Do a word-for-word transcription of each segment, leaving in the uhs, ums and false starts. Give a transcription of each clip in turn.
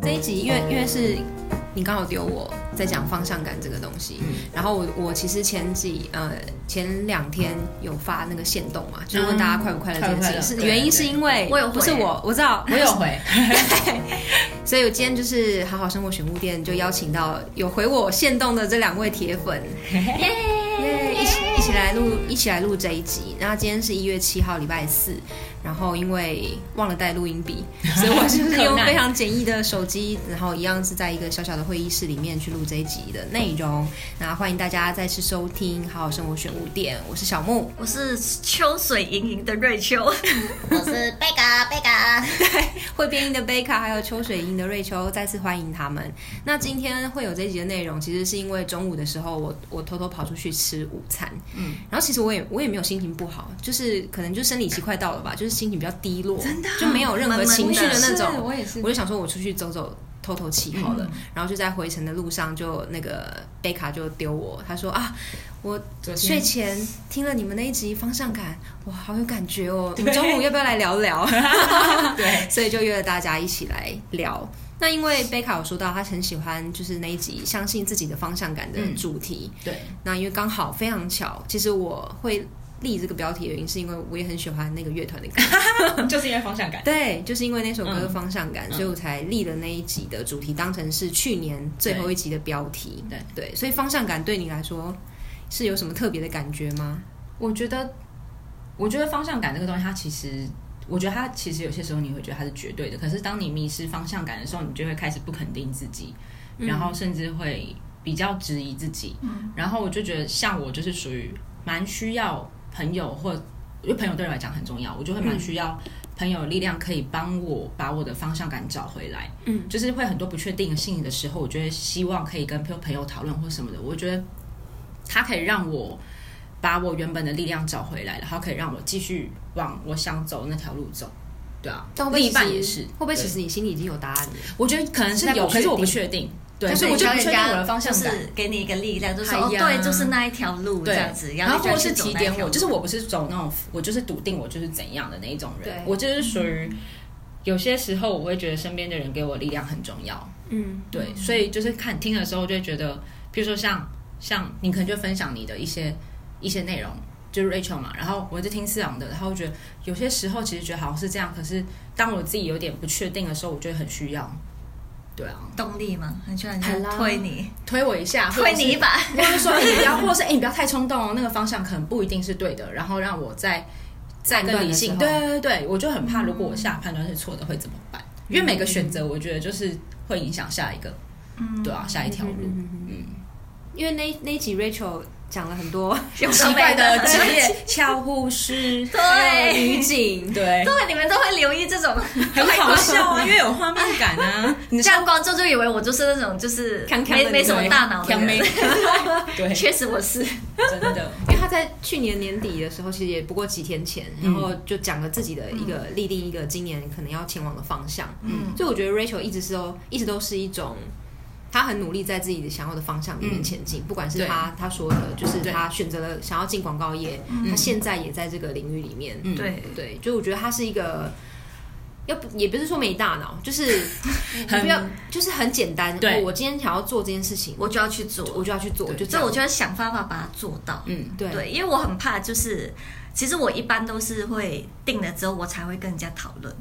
这一集因为因为是你刚好丢我在讲方向感这个东西，嗯、然后我我其实前几呃前两天有发那个限动嘛，就是问大家快不快乐这件事情，是原因是因为我有回不是我我知道我有回， 所以我今天就是好好生活选物店就邀请到有回我限动的这两位铁粉，耶，一起一起来录一起来录这一集。那今天是一月七号礼拜四，然后因为忘了带录音笔，所以我就是用非常简易的手机，然后一样是在一个小小的会议室里面去录这一集的内容。那欢迎大家再次收听好好生活选物店，我是小木， 我是秋水盈盈的瑞秋，我是贝卡贝卡， 对，会变音的贝卡，还有秋水盈的瑞秋，再次欢迎他们。那今天会有这一集的内容，其实是因为中午的时候我我偷偷跑出去吃午餐，嗯，然后其实我也我也没有心情不好，就是可能就生理期快到了吧，就是心情比较低落， 真的、啊、 就没有任何情绪的那种。 我也是， 我就想说我出去走走透透气好了、嗯、然后就在回程的路上就那个贝卡就丢我，他说啊，我睡前听了你们那一集方向感，哇，好有感觉哦，我们中午要不要来聊聊？对，所以就约了大家一起来聊。那因为贝卡有说到他很喜欢就是那一集相信自己的方向感的主题、嗯、对，那因为刚好非常巧，其实我会立这个标题的原因是因为我也很喜欢那个乐团的歌就是因为方向感， 对，就是因为那首歌的方向感、嗯、所以我才立了那一集的主题当成是去年最后一集的标题。 对, 对, 对，所以方向感对你来说是有什么特别的感觉吗？ 我觉得我觉得方向感这个东西它其实我觉得它其实有些时候你会觉得它是绝对的，可是当你迷失方向感的时候，你就会开始不肯定自己、嗯、然后甚至会比较质疑自己、嗯、然后我就觉得像我就是属于蛮需要朋友，或因为朋友对我来讲很重要，我就会蛮需要朋友的力量可以帮我把我的方向感找回来。嗯，就是会很多不确定的性的时候，我就会希望可以跟朋友讨论或什么的，我觉得它可以让我把我原本的力量找回来，然后可以让我继续往我想走的那条路走。对啊， 但另一半也是，会不会其实你心里已经有答案了？ 我觉得可能是有，可是我不确定。对，所以我就不确定我的方向感， 就是给你一个力量，就是说、哦、对，就是那一条路这样子， 然后或是提点我，就是我不是走那种，我就是笃定我就是怎样的那一种人，我就是属于、嗯、有些时候我会觉得身边的人给我力量很重要，嗯，对，所以就是看听的时候就会觉得，比如说像像你可能就分享你的一些一些内容，就是 Rachel 嘛，然后我就听思朗的，然后我觉得有些时候其实觉得好像是这样，可是当我自己有点不确定的时候，我觉得很需要。对啊， 动力嘛，很喜欢人家推你， 推我一下， 推你一把， 或者说哎、欸，你不要，或者是哎、欸，你不要太冲动哦，那个方向可能不一定是对的，然后让我再再更理性。对对对，我就很怕，如果我下判断是错的，会怎么办？因为每个选择，我觉得就是会影响下一个，嗯、对啊，下一条路。嗯，嗯因为那那一集 Rachel 讲了很多奇怪的职业，俏护师， 对， 女警， 对， 对，你们都会留意这种， 很好笑啊，因为有画面感啊。 你这样观众就以为我就是那种就是没没什么大脑的人，对，确实我是真的。 因为他在去年年底的时候，其实也不过几天前，然后就讲了自己的一个立定一个今年可能要前往的方向。嗯，所以我觉得 Rachel 一直是都一直都是一种。他很努力在自己的想要的方向里面前进、嗯、不管是他他说的就是他选择了想要进广告业、嗯、他现在也在这个领域里面、嗯、对对，就我觉得他是一个要不也不是说没大脑，就是不要就是很简单，对，我今天想要做这件事情我就要去做， 我就要去做，就这我就要想办法把它做到。嗯，对对，因为我很怕就是其实我一般都是会定了之后我才会跟人家讨论。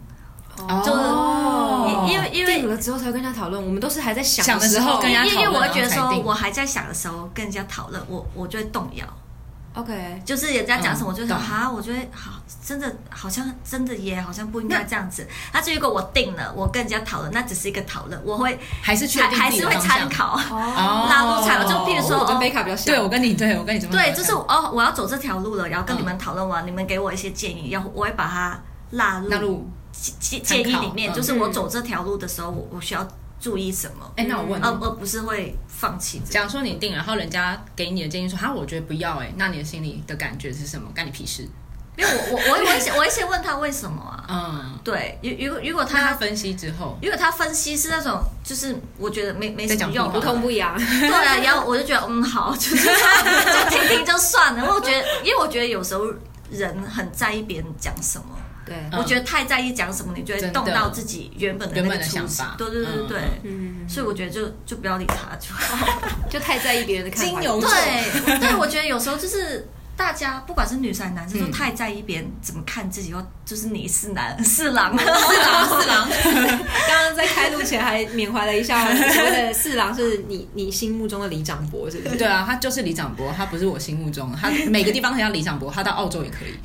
哦， 因为因为定了之后才会跟人家讨论，我们都是还在想的时候跟人家讨论， 因为我会觉得说，我还在想的时候跟人家讨论，我我就会动摇。 OK， 就是人家讲什么，我就想哈，我觉得好，真的好像真的耶，好像不应该这样子。但是如果我定了，我跟人家讨论，那只是一个讨论，我会还是确定还是会参考，纳入参考。就譬如说， 我跟贝卡比较像， 对我跟你，对我跟你怎么对，就是哦，我要走这条路了，然后跟你们讨论完，你们给我一些建议，要我会把它纳入纳入。建议里面，就是我走这条路的时候，我我需要注意什么？ 哎，那我问你， 而而不是会放弃。 假如说你定了，然后人家给你的建议说，哈，我觉得不要，哎，那你的心里的感觉是什么？干你屁事？ 因为我我我我会先我会先问他为什么啊？嗯，对，如如如果他分析之后， 如果他分析是那种，就是我觉得没没什么用， 不痛不痒。 对啊，然后我就觉得嗯好，就是就听听就算了。我觉得，因为我觉得有时候人很在意别人讲什么。 对， 我觉得太在意讲什么，你就会动到自己原本的那个想法。对对对对，嗯，所以我觉得就就不要理他就好， 就太在意别人的看法。 对对，我觉得有时候就是大家不管是女生男生，都太在意别人怎么看自己，或就是你是男是狼， 是狼是狼。刚刚在开录前还缅怀了一下，所谓的四郎是你你心目中的李长博，是不是？ 对啊，他就是李长博，他不是我心目中，他每个地方很像李长博，他到澳洲也可以。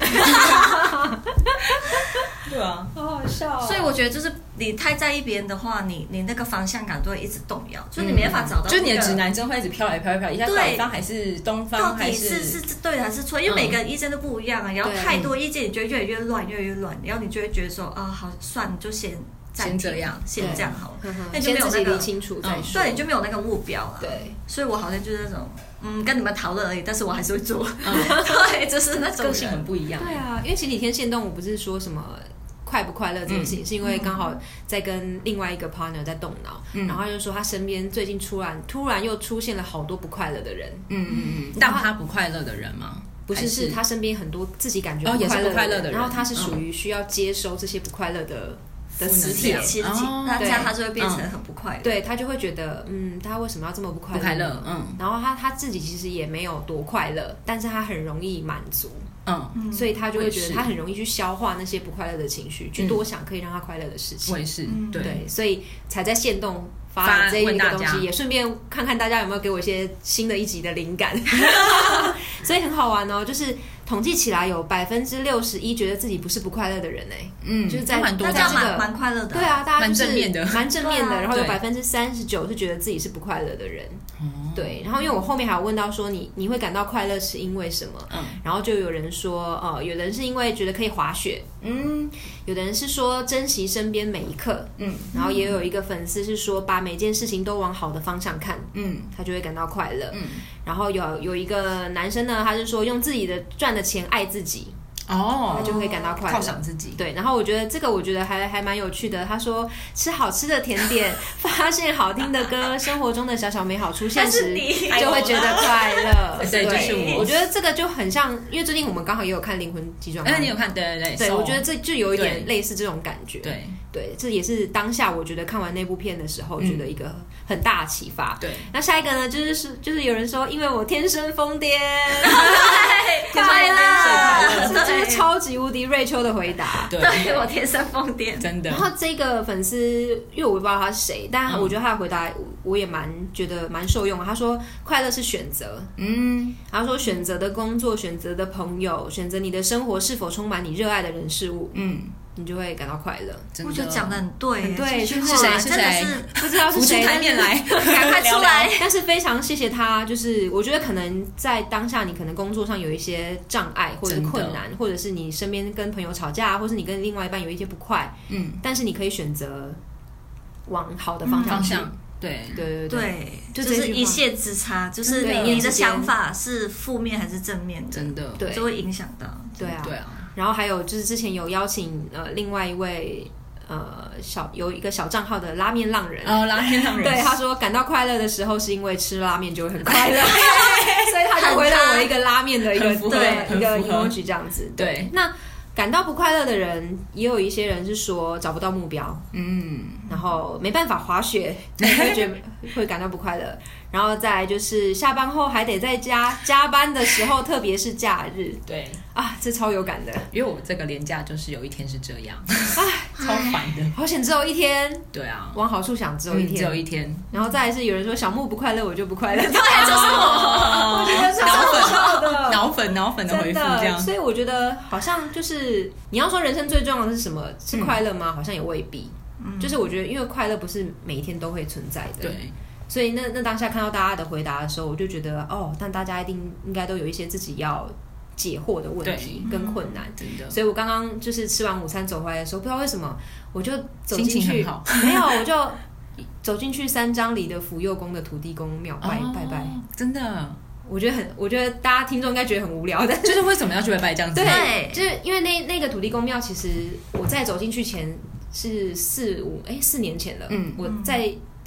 对啊， 好好笑、哦。 所以我觉得就是你太在意别人的话，你你那个方向感都会一直动摇，就你没办法找到、那個嗯。 就你的指南针会一直飘来飘去，飘一下北方还是东方还是？ 到底是是对还是错？因为每个人意见都不一样啊，然后太多意见，你就会越来越乱，越来越乱，然后你就会觉得说啊，好，算了，就先先这样， 先这样好了， 那就没有那个理清楚再说。 对，你就没有那个目标了。 对， 所以我好像就是那种。嗯，跟你们讨论而已，但是我还是会做。嗯、对，就是那种个性很不一样。 对啊，因为前几天限动我不是说什么快不快乐这件事情，嗯、是因为刚好在跟另外一个 partner 在动脑，嗯、然后他就说他身边最近突然突然又出现了好多不快乐的人。 嗯嗯嗯，让他不快乐的人吗？ 不是，是他身边很多自己感觉不快乐的人，哦、也是不快乐的人，然后他是属于需要接收这些不快乐的。的磁铁， 那这样他就会变成很不快乐。 对，他就会觉得，嗯，他为什么要这么不快乐？ 不快乐，嗯。 然后他他自己其实也没有多快乐，但是他很容易满足，嗯，所以他就会觉得他很容易去消化那些不快乐的情绪，去多想可以让他快乐的事情。 我也是， 对，所以才在限动发了这一个东西，也顺便看看大家有没有给我一些新的一集的灵感。所以很好玩哦，就是统计起来有百分之六十一觉得自己不是不快乐的人哎， 嗯， 就是在蛮多的， 大家蛮蛮快乐的， 对啊，大家就是蛮正面的， 蛮正面的，然后有百分之三十九是觉得自己是不快乐的人，对，然后因为我后面还有问到说你你会感到快乐是因为什么，嗯，然后就有人说呃，有人是因为觉得可以滑雪，嗯，有的人是说珍惜身边每一刻，嗯，然后也有一个粉丝是说把每件事情都往好的方向看，嗯，他就会感到快乐，嗯，然后有有一个男生呢，他是说用自己的赚的钱爱自己。哦，他就会感到快乐， 犒赏自己。 对，然后我觉得这个我觉得还还蛮有趣的。他说吃好吃的甜点，发现好听的歌，生活中的小小美好出现时，就会觉得快乐。 对，就是我。 我觉得这个就很像，因为最近我们刚好也有看《灵魂急转弯》， 哎，你有看？对对对。 对，我觉得这就有一点类似这种感觉。 对对，这也是当下我觉得看完那部片的时候，觉得一个很大的启发。 对。 那下一个呢，就是是就是有人说，因为我天生疯癫， 快乐， 这就是超级无敌瑞秋的回答。 对，我天生疯癫， 真的。 然后这个粉丝，因为我不知道他是谁，但我觉得他的回答我也蛮觉得蛮受用的。他说快乐是选择，嗯，他说选择的工作、选择的朋友、选择你的生活是否充满你热爱的人事物，嗯。你就会感到快乐。 我觉得讲得很对， 很对， 是谁？ 是谁？ 不知道是谁， 台面来， 赶快出来！ 但是非常谢谢他，就是我觉得可能在当下，你可能工作上有一些障碍或者困难，或者是你身边跟朋友吵架，或是你跟另外一半有一些不快，嗯，但是你可以选择往好的方向去。 对对对对，就是一线之差，就是你你的想法是负面还是正面的， 真的， 对， 就会影响到。 对啊， 对啊。 然后还有就是之前有邀请呃另外一位呃小有一个小账号的拉面浪人哦，拉面浪人， 对他说感到快乐的时候是因为吃拉面就会很快乐，所以他就回了我一个拉面的一个对一个 emoji 这样子。对，那感到不快乐的人也有一些人是说找不到目标，嗯，然后没办法滑雪，会觉得会感到不快乐。然后再来就是下班后还得在家加班的时候，特别是假日， 对啊，这超有感的， 因为我这个连假就是有一天是这样，唉，超烦的， 好险只有一天， 对啊， 往好处想只有一天， 嗯、只有一天。 然后再来是有人说小木不快乐，我就不快乐，对， 就是我， 我觉得超好笑的， 脑粉脑粉的回复这样， 所以我觉得好像就是你要说人生最重要的是什么？是快乐吗？嗯、好像也未必，嗯、就是我觉得因为快乐不是每一天都会存在的， 对。 所以那那当下看到大家的回答的时候，我就觉得哦，但大家一定应该都有一些自己要解惑的问题跟困难， 真的。 所以我刚刚就是吃完午餐走回来的时候，不知道为什么我就走进去， 心情很好没有，我就走进去三张里的福佑宫的土地公庙拜、哦、拜拜， 真的。 我觉得很，我觉得大家听众应该觉得很无聊的， 就是为什么要去拜拜这样子？ 对，就是因为那那个土地公庙，其实我在走进去前是四五哎四年前了，嗯，我在。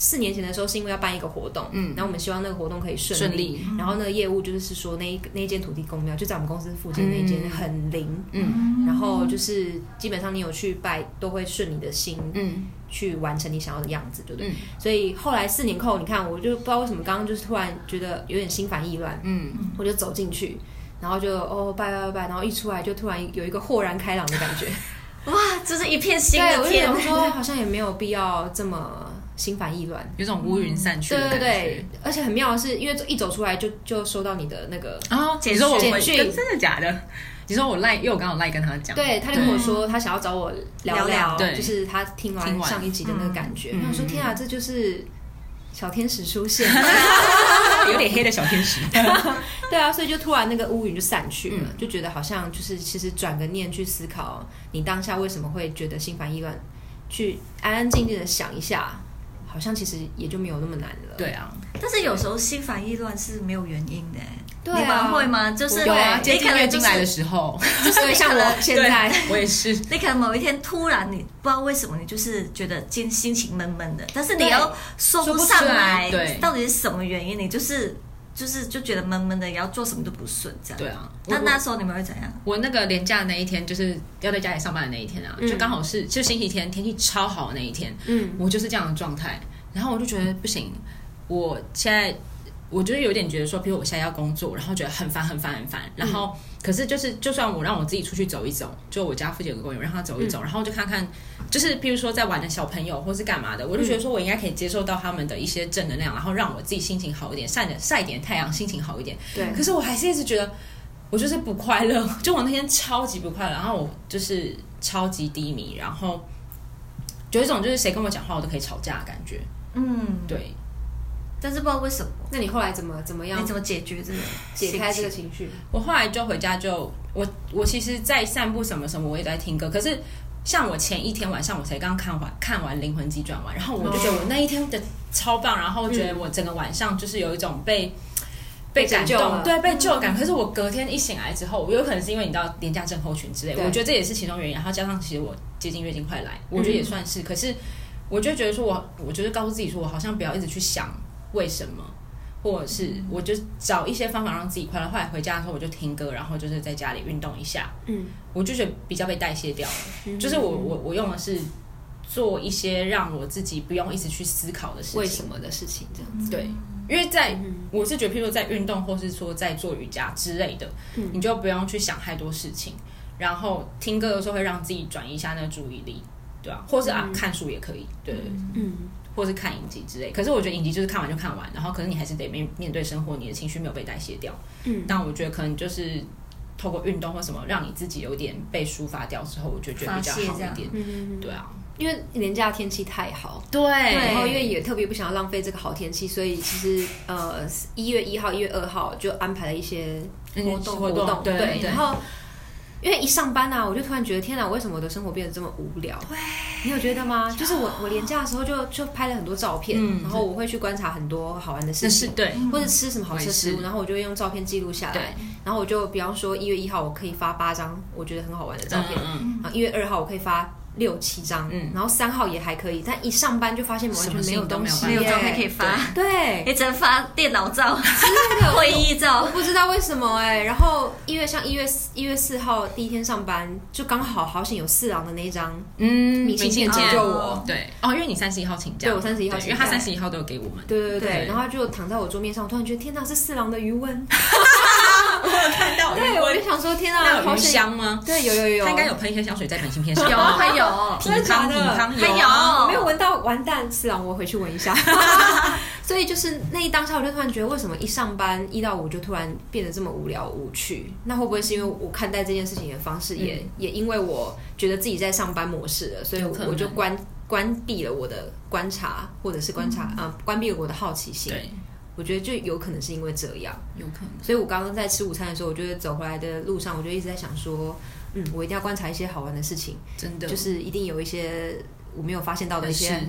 四年前的时候是因为要办一个活动，嗯，然后我们希望那个活动可以顺利， 顺利然后那个业务就是说那一那间土地公庙就在我们公司附近那间很灵，嗯，然后就是基本上你有去拜都会顺你的心，嗯，去完成你想要的样子，对不对？嗯、所以后来四年后，你看我就不知道为什么刚刚就是突然觉得有点心烦意乱，嗯，我就走进去，然后就哦拜拜拜，然后一出来就突然有一个豁然开朗的感觉。 哇，这是一片新的天！ 我就想说，好像也没有必要这么心烦意乱， 有种乌云散去的感觉。 对对对，而且很妙的是，因为一走出来就就收到你的那个哦， 简讯， 简讯， 真的假的？你说我赖，因为我刚好赖跟他讲， 对，他就跟我说他想要找我聊聊， 对就是他听完上一集的那个感觉。我说天啊，这就是小天使出现， 有点黑的小天使。 对啊，所以就突然那个乌云就散去了，嗯、就觉得好像就是其实转个念去思考，你当下为什么会觉得心烦意乱，去安安静静的想一下，好像其实也就没有那么难了。 对啊， 但是有时候心烦意乱是没有原因的。 对啊， 你们会吗？就是有啊，接近月经来的时候， 就是像我现在， 我也是。 你可能某一天突然，你不知道为什么，你就是觉得今心情闷闷的，但是你又说不上来， 对， 到底是什么原因？你就是就是就觉得闷闷的，也要做什么都不顺，这样。 对啊。 那那时候你们会怎样？ 我那个连假的那一天，就是要在家里上班的那一天啊，嗯、就刚好是就星期天，天气超好的那一天。嗯，我就是这样的状态，然后我就觉得不行，我现在。我就是有点觉得说，比如我现在要工作，然后觉得很烦很烦很烦，然后、嗯、可是就是就算我让我自己出去走一走，就我家附近有个公园，让他走一走，嗯、然后就看看，就是比如说在玩的小朋友或是干嘛的，我就觉得说我应该可以接受到他们的一些正能量，然后让我自己心情好一点，晒点晒点太阳，心情好一点。对。可是我还是一直觉得我就是不快乐，就我那天超级不快乐，然后我就是超级低迷，然后有一种就是谁跟我讲话我都可以吵架的感觉。嗯，对。 但是不知道为什么， 那你后来怎么怎么样？ 你怎么解决这个解开这个情绪？ 我后来就回家就我我其实，在散步什么什么，我也在听歌。可是像我前一天晚上，我才刚看完看完《灵魂急转弯》，然后我就觉得我那一天的超棒，然后觉得我整个晚上就是有一种被、嗯、被感动，对，被救感。嗯、可是我隔天一醒来之后，我有可能是因为你知道廉价症候群之类，我觉得这也是其中原因。然后加上其实我接近月经快来，我觉得也算是。嗯、可是我就觉得说我，我就是告诉自己说，我好像不要一直去想。为什么？或者是我就找一些方法让自己快乐。后来回家的时候，我就听歌，然后就是在家里运动一下。嗯，我就觉得比较被代谢掉了。嗯、就是我我我用的是做一些让我自己不用一直去思考的事情， 为什么的事情这样子。 对，因为在、嗯、我是觉得，譬如说在运动，或是说在做瑜伽之类的，嗯、你就不用去想太多事情。然后听歌的时候会让自己转移一下那个注意力，对啊，或是啊、嗯、看书也可以，对，嗯。或是看影集之类，可是我觉得影集就是看完就看完，然后可是你还是得面面对生活，你的情绪没有被代谢掉。嗯，但我觉得可能就是透过运动或什么，让你自己有点被抒发掉之后，我就觉得比较好一点。嗯，对啊， 因为连假天气太好， 对， 然后因为也特别不想要浪费这个好天气，所以其实呃一月一号、一月二号就安排了一些活动活动，对，对然后。因为一上班啊，我就突然觉得天哪，为什么我的生活变得这么无聊？你有觉得吗？就是我我连假的时候就就拍了很多照片，嗯、然后我会去观察很多好玩的事情， 对， 或者吃什么好吃的食物，然后我就会用照片记录下来。然后我就比方说一月一号我可以发八张我觉得很好玩的照片，嗯、然后一月二号我可以发六七张，嗯、然后三号也还可以，但一上班就发现完全没有东西， 没有照片可以发， 对， 你只能发电脑照之类的会议照， 我不知道为什么哎、欸。然后一月像一月一月四号第一天上班，就刚好好险有四郎的那一张，嗯，明信片解救我， 对，哦，因为你三十一号请假， 对我三十一号请假， 因为他三十一号都有给我们， 对对 对, 对，然后就躺在我桌面上，我突然觉得天哪，是四郎的余温。 我有看到， 对，我就想说，天啊， 有余香吗？ 对，有有有， 他应该有喷一些香水在明信片上， 有，他有， 品汤品汤有， 有，没有闻到，完蛋，是啊，我回去闻一下。所以就是那一当下，我就突然觉得，为什么一上班一到五就突然变得这么无聊无趣？那会不会是因为我看待这件事情的方式也，也、嗯、也因为我觉得自己在上班模式了，所以我就关关闭了我的观察，或者是观察啊、嗯呃，关闭了我的好奇心。对。我觉得就有可能是因为这样， 有可能。 所以我刚刚在吃午餐的时候，我觉得走回来的路上，我就一直在想说，嗯，我一定要观察一些好玩的事情， 真的， 就是一定有一些我没有发现到的一些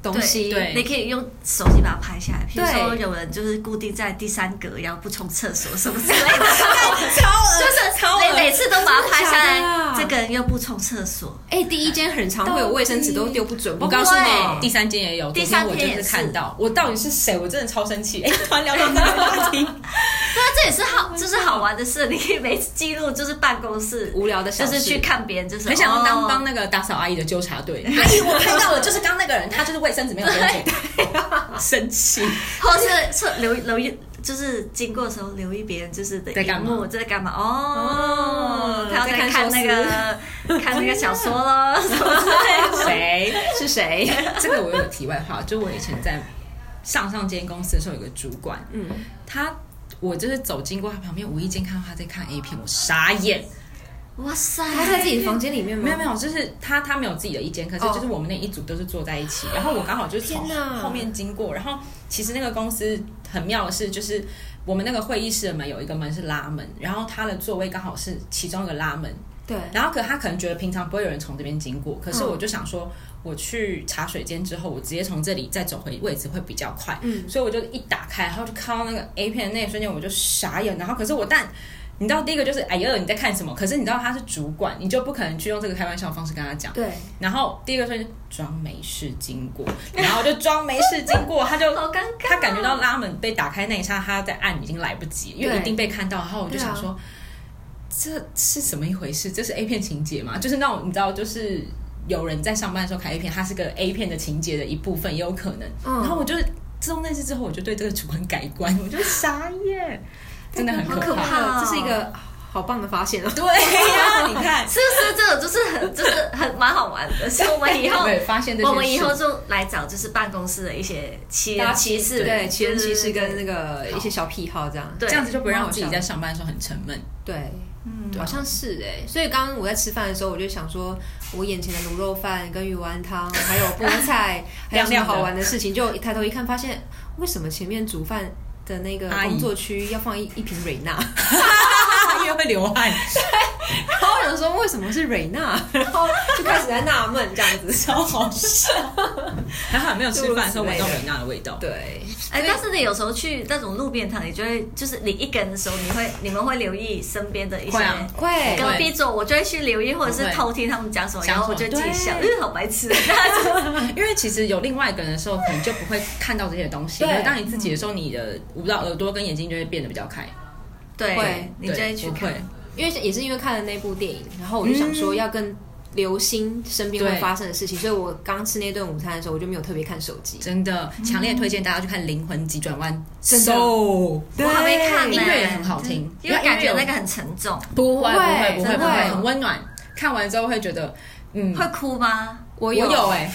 东西， 对，你可以用手机把它拍下来。比如说有人就是固定在第三格要不冲厕所什么之类的， 超恶， 就是超恶， 你每次都把它拍下来，这个人又不冲厕所。 哎，第一间很常会有卫生纸都丢不准， 我告诉你，第三间也有， 第三天我就是看到，我到底是谁？我真的超生气。哎，突然聊到这个话题，对啊，这也是好，就是好玩的事，你可以每次记录，就是办公室无聊的小事， 就是去看别人，就是很想要当当那个打扫阿姨的纠察队。阿姨，我看到了，就是刚那个人，他就是卫生纸没有丢准，生气， 或是留留意，就是经过的时候留意别人就是的荧幕在干嘛哦，他要在看那个看那个小说咯，什么之类的。 谁是谁？ 这个我有个题外话，就我以前在上上间公司的时候，有个主管，嗯，他我就是走经过他旁边，无意间看到他在看 A 片，我傻眼。 哇塞！ 他在自己房间里面吗？ 没有没有，就是他他没有自己的一间，可是就是我们那一组都是坐在一起，然后我刚好就是从后面经过，然后其实那个公司很妙的是，就是我们那个会议室的门有一个门是拉门，然后他的座位刚好是其中一个拉门， 对， 然后可他可能觉得平常不会有人从这边经过，可是我就想说，我去茶水间之后，我直接从这里再走回位置会比较快，嗯，所以我就一打开，然后就看到那个 A 片的那一瞬间，我就傻眼，然后可是我但。你知道第一个就是哎呀你在看什么？可是你知道他是主管，你就不可能去用这个开玩笑的方式跟他讲。 对。 然后第二个瞬间装没事经过，然后就装没事经过，他就好尴尬。 他感觉到拉门被打开那一刹，他在按已经来不及，因为一定被看到。然后我就想说，这是什么一回事？这是 A 片情节吗？就是那种你知道，就是有人在上班的时候看 A 片，它是个 A 片的情节的一部分，也有可能。嗯、然后我就自从那次之后，我就对这个主管改观，我就傻眼。真的很可怕， 这是一个好棒的发现哦！ 对呀，你看是不是这种就是很就是很蛮好玩的？所以我们以后发现我们以后就来找就是办公室的一些奇人奇事， 对奇人奇事跟那个一些小癖好这样， 这样子就不让我自己在上班的时候很沉闷。 对，嗯，好像是哎。所以刚刚我在吃饭的时候，我就想说，我眼前的卤肉饭跟鱼丸汤，还有菠菜，还有什么好玩的事情，就抬头一看，发现为什么前面煮饭的那个工作区要放一一瓶瑞娜， 因为会流汗。 然后我想说为什么是瑞娜，然后就开始在纳闷，这样子超好笑。还好没有吃饭的时候闻到瑞娜的味道。 对，哎，但是你有时候去那种路边摊，你就会就是你一个人的时候，你会你们会留意身边的一些会隔壁桌，我就会去留意，或者是偷听他们讲什么，然后我就自己想，嗯，好白痴。 因为其实有另外一个人的时候，可能就不会看到这些东西。可是当你自己的时候，你的我不知道耳朵跟眼睛就会变得比较开。 对，你就会去看。 因为也是因为看了那部电影，然后我就想说要更留心身边会发生的事情，所以我刚吃那顿午餐的时候，我就没有特别看手机。 真的，强烈推荐大家去看《灵魂急转弯》。 真的， 我还没看呢。 音乐也很好听， 因为感觉那个很沉重。 不会，不会，不会，不会，很温暖。看完之后会觉得，嗯， 会哭吗？ 我有，我有哎。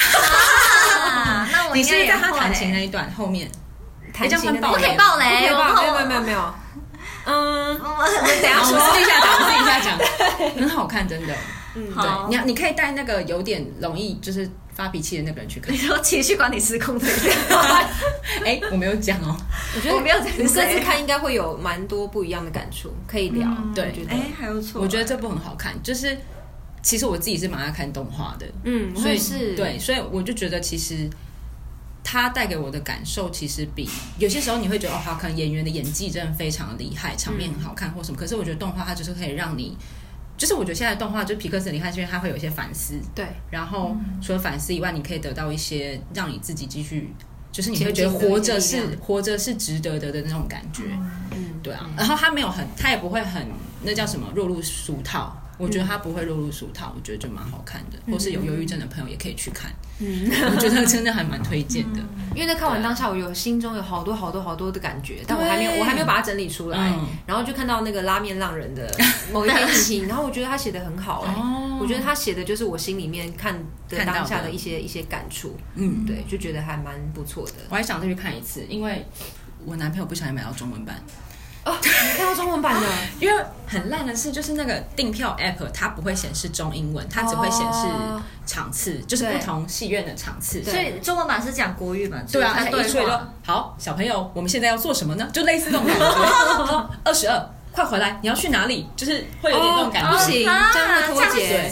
那我你是在他弹琴那一段后面， 弹琴的我可以爆雷， 没有没有没有没有。嗯， 我们等下说， 私底下讲，私底下讲，很好看，真的。 嗯， 对，你你可以带那个有点容易就是发脾气的那个人去看。 你说情绪管理失控的人？ 哎，我没有讲哦， 我觉得我没有讲， 你各自看应该会有蛮多不一样的感触，可以聊。 对， 哎，还不错。 我觉得这部很好看，就是其实我自己是蛮爱看动画的， 嗯， 所以是对，所以我就觉得其实。他带给我的感受其实比有些时候你会觉得哦，好，可能演员的演技真的非常的厉害，场面很好看或什么。可是我觉得动画它就是可以让你，就是我觉得现在动画就皮克斯，你看这边它会有一些反思， 对。 然后除了反思以外，你可以得到一些让你自己继续，就是你会觉得活着是活着是值得的的那种感觉，嗯，对啊。然后他没有很，他也不会很那叫什么落入俗套。我觉得他不会落入俗套，我觉得就蛮好看的，或是有忧郁症的朋友也可以去看。嗯，我觉得真的还蛮推荐的。 因为在看完当下，我有心中有好多好多好多的感觉，但我还没有我还没有把它整理出来。嗯、然后就看到那个拉面浪人的某一篇影评，然后我觉得他写的很好哎、欸，哦、我觉得他写的就是我心里面看的当下的一些一些感触。嗯，对，就觉得还蛮不错的。 我还想再去看一次，因为我男朋友不小心买到中文版。 哦，你看到中文版的， 因为很烂的是，就是那个订票 app 它不会显示中英文，它只会显示场次，哦、就是不同戏院的场次。 所以中文版是讲国语嘛？ 对啊，一出来就好，小朋友，我们现在要做什么呢？就类似这种感觉。二十二，快回来！你要去哪里？就是会有点这种感觉。 哦、不行，这样会脱节。 所以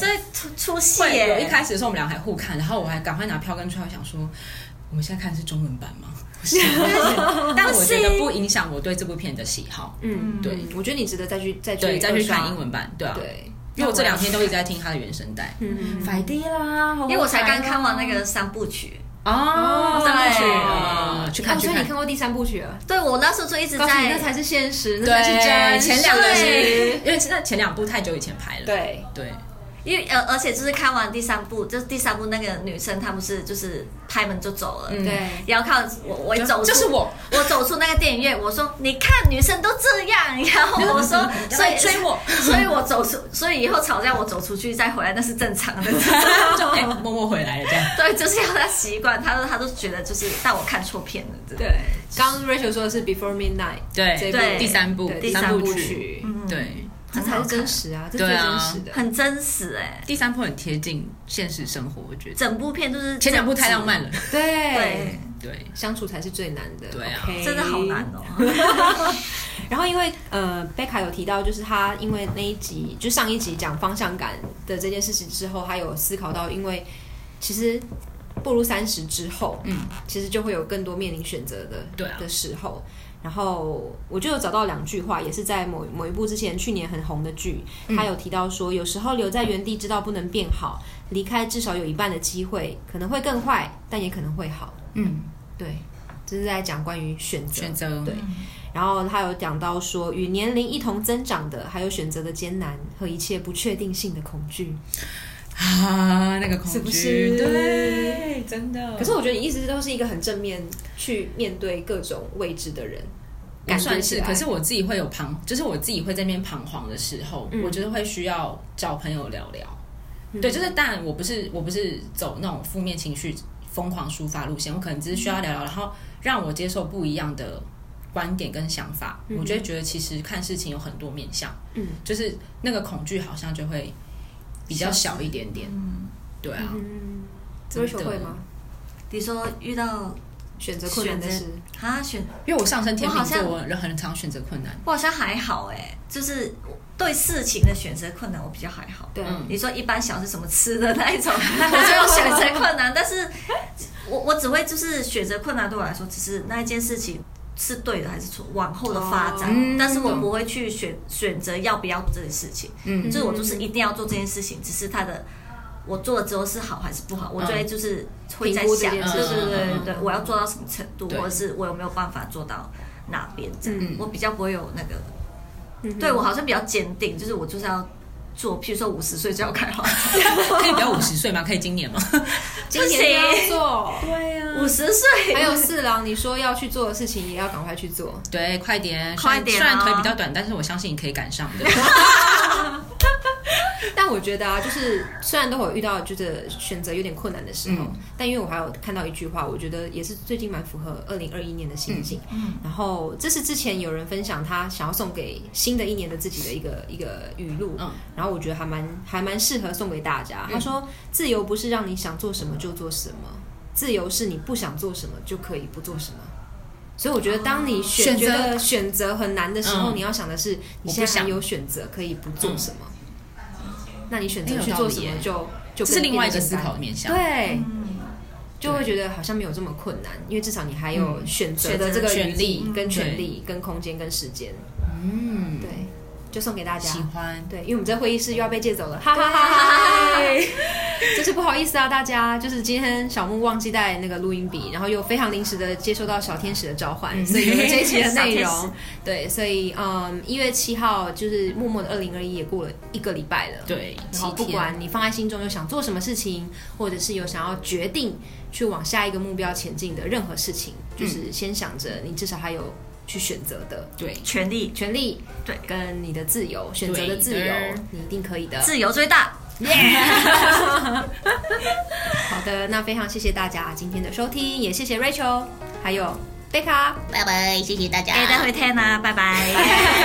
出出戏耶！ 有一开始的时候我们俩还互看，然后我还赶快拿票根出来，想说我们现在看的是中文版吗？但我觉得不影响我对这部片的喜好。 嗯， 对， 我觉得你值得再去再去对再去看英文版，对啊， 对。 因为我这两天都一直在听他的原声带， 嗯， 快滴啦， 因为我才刚看完那个三部曲。 哦，三部曲啊，去看去看。 所以你看过第三部曲了？ 对，我那时候就一直在， 那才是现实，那才是真。 前两个是，因为那前两部太久以前拍了。 对对。 因为呃，而且就是看完第三部，就是第三部那个女生，她不是就是拍门就走了， 嗯、对。 然后看我，我一走出， 就是我， 我走出那个电影院，我说你看女生都这样，然后我说，所以追我， 所以我走出，所以以后吵架我走出去再回来那是正常的， 就哎、欸、默默回来了这样。 对，就是要他习惯，他都他都觉得就是但我看错片了。 对，刚刚 Rachel 说的是 Before Midnight， 对对，第三部第三部曲， 嗯、对。 这才是真实啊，这是最真实的， 啊、很真实哎、欸。 第三部很贴近现实生活，我觉得整部片都是前两部太浪漫了， 对对对，相处才是最难的， 对啊， okay、 真的好难哦。 然后因为呃，贝卡有提到，就是他因为那一集就上一集讲方向感的这件事情之后，他有思考到，因为其实步入三十之后，嗯，其实就会有更多面临选择的对、啊、 的时候。然后我就有找到两句话，也是在某某一部之前去年很红的剧，他有提到说，有时候留在原地知道不能变好，离开至少有一半的机会，可能会更坏，但也可能会好。嗯，对，这是在讲关于选择。 选择对。然后他有讲到说，与年龄一同增长的，还有选择的艰难和一切不确定性的恐惧。 啊，那个恐惧， 是不是？ 对，真的。 可是我觉得你一直都是一个很正面去面对各种未知的人， 感算是。可是我自己会有彷，就是我自己会在那边彷徨的时候，嗯、我觉得会需要找朋友聊聊。嗯、对，就是当然我不是我不是走那种负面情绪疯狂抒发路线，我可能只是需要聊聊，然后让我接受不一样的观点跟想法，嗯、我就会觉得其实看事情有很多面向，嗯，就是那个恐惧好像就会比较小一点点，嗯，对啊， 嗯，真的会吗？ 你说遇到选择困难的事啊，选， 因为我上升天秤座，我很常选择困难。 我好像还好哎、欸，就是对事情的选择困难，我比较还好。 对，嗯、 你说一般小是什么吃的那一种，我就有选择困难，但是我我只会就是选择困难对我来说，只是那一件事情是对的还是错，往后的发展，哦、但是我不会去选选择要不要做这件事情，嗯，就是我就是一定要做这件事情，只是它的。我做了之后是好还是不好，我就会就是会在想，对对对对对，我要做到什么程度，或者是我有没有办法做到哪边这样，嗯、我比较不会有那个，嗯、对我好像比较坚定，就是我就是要做，譬如说五十岁就要开花， 可以不要五十岁吗？可以今年吗？ 今年就要做， 对呀、啊， 五十岁还有四郎，你说要去做的事情也要赶快去做， 对，快点， 快点、哦， 虽然腿比较短，但是我相信你可以赶上的。 但我觉得啊，就是虽然都有遇到就是选择有点困难的时候，嗯、但因为我还有看到一句话，我觉得也是最近蛮符合二零二一年的心境。嗯，然后这是之前有人分享他想要送给新的一年的自己的一个一个语录，嗯，然后我觉得还蛮还蛮适合送给大家。他说：“自由不是让你想做什么就做什么，自由是你不想做什么就可以不做什么。”所以我觉得，当你选觉得选择很难的时候，嗯、你要想的是，你现在还有选择可以不做什么。嗯那你选择去做什么就，就这是另外一个思考的面向， 对，嗯、就会觉得好像没有这么困难，因为至少你还有选择的这个权利、跟权利、跟空间、跟时间。嗯，对，就送给大家。 喜欢， 对，因为我们这会议室又要被借走了，哈哈哈哈！真是不好意思啊，大家，就是今天小木忘记带那个录音笔，然后又非常临时的接收到小天使的召唤，嗯、所以有了这一期的内容。对，所以嗯，一月七号就是默默的二零二一也过了一个礼拜了。 对， 然后不管你放在心中有想做什么事情，或者是有想要决定去往下一个目标前进的任何事情，嗯、就是先想着你至少还有去选择的对权利， 权利对， 跟你的自由，选择的自由，你一定可以的， 自由最大。 Yeah! 好的，那非常谢谢大家今天的收听，也谢谢 Rachel， 还有贝卡， 拜拜，谢谢大家，哎，待会听啊，拜拜。